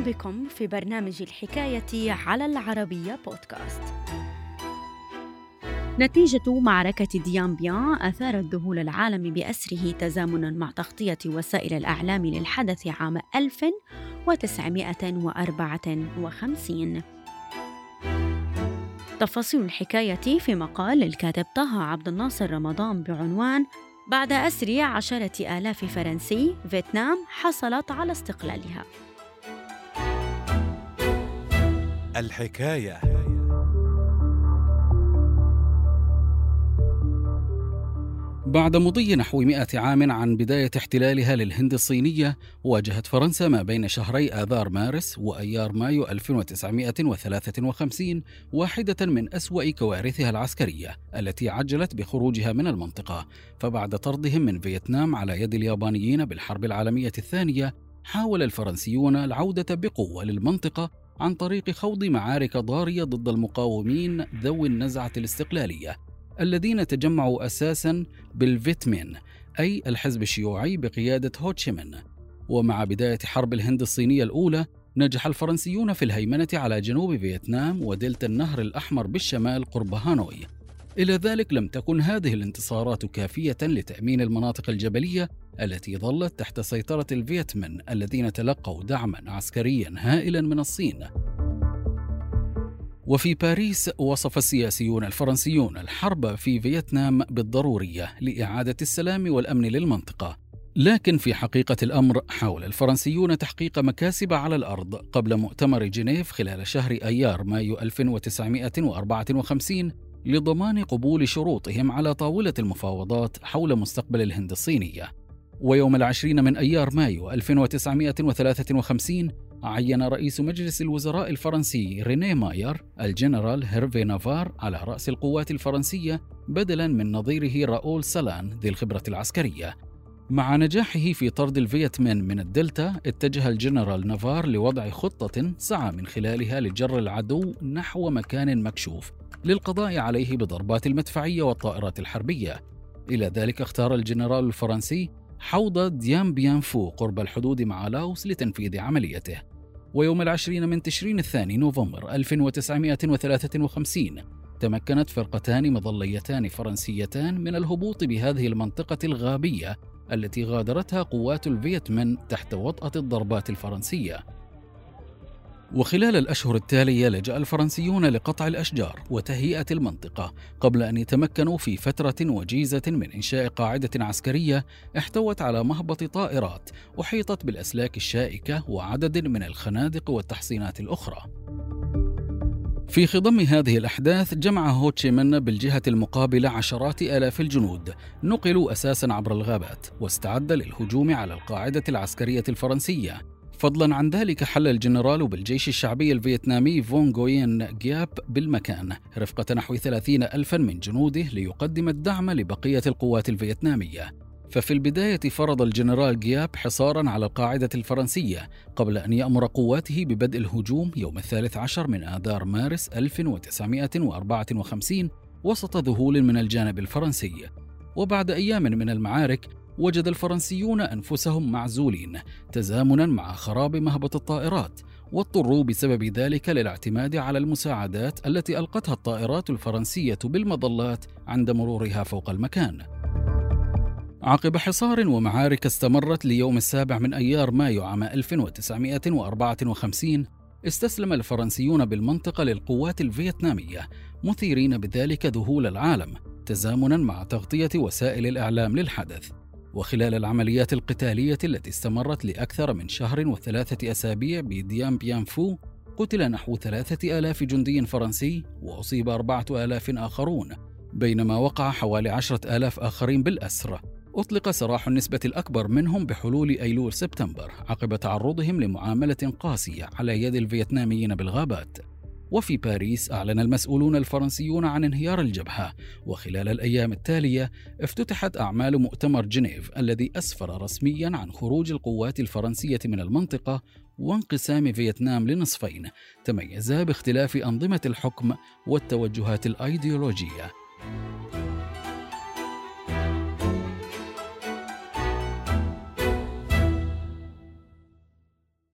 بكم في برنامج الحكاية على العربية بودكاست. نتيجة معركة ديان بيان أثارت ذهول العالم بأسره تزامناً مع تغطية وسائل الإعلام للحدث عام 1954. تفاصيل الحكاية في مقال للكاتب طه عبد الناصر رمضان بعنوان بعد أسر 10,000 فرنسي فيتنام حصلت على استقلالها. الحكاية. بعد مضي نحو 100 عام عن بداية احتلالها للهند الصينية، واجهت فرنسا ما بين شهري آذار مارس وأيار مايو 1953 واحدة من أسوأ كوارثها العسكرية التي عجلت بخروجها من المنطقة. فبعد طردهم من فيتنام على يد اليابانيين بالحرب العالمية الثانية، حاول الفرنسيون العودة بقوة للمنطقة عن طريق خوض معارك ضارية ضد المقاومين ذوي النزعة الاستقلالية الذين تجمعوا أساساً بالفيتمين، أي الحزب الشيوعي بقيادة هوتشيمين. ومع بداية حرب الهند الصينية الأولى، نجح الفرنسيون في الهيمنة على جنوب فيتنام ودلتا النهر الأحمر بالشمال قرب هانوي. إلى ذلك لم تكن هذه الانتصارات كافية لتأمين المناطق الجبلية التي ظلت تحت سيطرة الفيتمين الذين تلقوا دعماً عسكرياً هائلاً من الصين. وفي باريس وصف السياسيون الفرنسيون الحرب في فيتنام بالضرورية لإعادة السلام والأمن للمنطقة، لكن في حقيقة الأمر حاول الفرنسيون تحقيق مكاسب على الأرض قبل مؤتمر جنيف خلال شهر أيار مايو 1954 لضمان قبول شروطهم على طاولة المفاوضات حول مستقبل الهند الصينية. ويوم 20 من أيار مايو 1953 عين رئيس مجلس الوزراء الفرنسي رينيه ماير الجنرال هيرفي نافار على رأس القوات الفرنسية بدلاً من نظيره راؤول سالان ذي الخبرة العسكرية. مع نجاحه في طرد الفيتمين من الدلتا، اتجه الجنرال نافار لوضع خطة سعى من خلالها لجر العدو نحو مكان مكشوف للقضاء عليه بضربات المدفعية والطائرات الحربية. إلى ذلك اختار الجنرال الفرنسي حوض ديان بيان فو قرب الحدود مع لاوس لتنفيذ عمليته. ويوم 20 من تشرين الثاني نوفمبر 1953 تمكنت فرقتان مظليتان فرنسيتان من الهبوط بهذه المنطقة الغابية التي غادرتها قوات الفيتمين تحت وطأة الضربات الفرنسية. وخلال الأشهر التالية لجأ الفرنسيون لقطع الأشجار وتهيئة المنطقة قبل أن يتمكنوا في فترة وجيزة من إنشاء قاعدة عسكرية احتوت على مهبط طائرات أحيطت بالأسلاك الشائكة وعدد من الخنادق والتحصينات الأخرى. في خضم هذه الأحداث جمع هوتشيمين بالجهة المقابلة عشرات آلاف الجنود نقلوا أساساً عبر الغابات واستعد للهجوم على القاعدة العسكرية الفرنسية. فضلاً عن ذلك حل الجنرال بالجيش الشعبي الفيتنامي فون غوين جياب بالمكان رفقة نحو 30,000 من جنوده ليقدم الدعم لبقية القوات الفيتنامية. ففي البداية فرض الجنرال جياب حصاراً على القاعدة الفرنسية قبل أن يأمر قواته ببدء الهجوم يوم 13 من آذار مارس 1954 وسط ذهول من الجانب الفرنسي. وبعد أيام من المعارك وجد الفرنسيون أنفسهم معزولين تزامناً مع خراب مهبط الطائرات، واضطروا بسبب ذلك للاعتماد على المساعدات التي ألقتها الطائرات الفرنسية بالمظلات عند مرورها فوق المكان. عقب حصار ومعارك استمرت ليوم 7 من أيار مايو عام 1954 استسلم الفرنسيون بالمنطقة للقوات الفيتنامية، مثيرين بذلك ذهول العالم تزامناً مع تغطية وسائل الإعلام للحدث. وخلال العمليات القتالية التي استمرت لأكثر من شهر و3 أسابيع بديان بيان فو، قتل نحو 3,000 جندي فرنسي وأصيب 4,000 آخرون، بينما وقع حوالي 10,000 آخرين بالأسر. أطلق سراح النسبة الأكبر منهم بحلول أيلول سبتمبر عقب تعرضهم لمعاملة قاسية على يد الفيتناميين بالغابات. وفي باريس أعلن المسؤولون الفرنسيون عن انهيار الجبهة، وخلال الأيام التالية افتتحت أعمال مؤتمر جنيف الذي أسفر رسمياً عن خروج القوات الفرنسية من المنطقة وانقسام فيتنام لنصفين تميزا باختلاف أنظمة الحكم والتوجهات الأيديولوجية.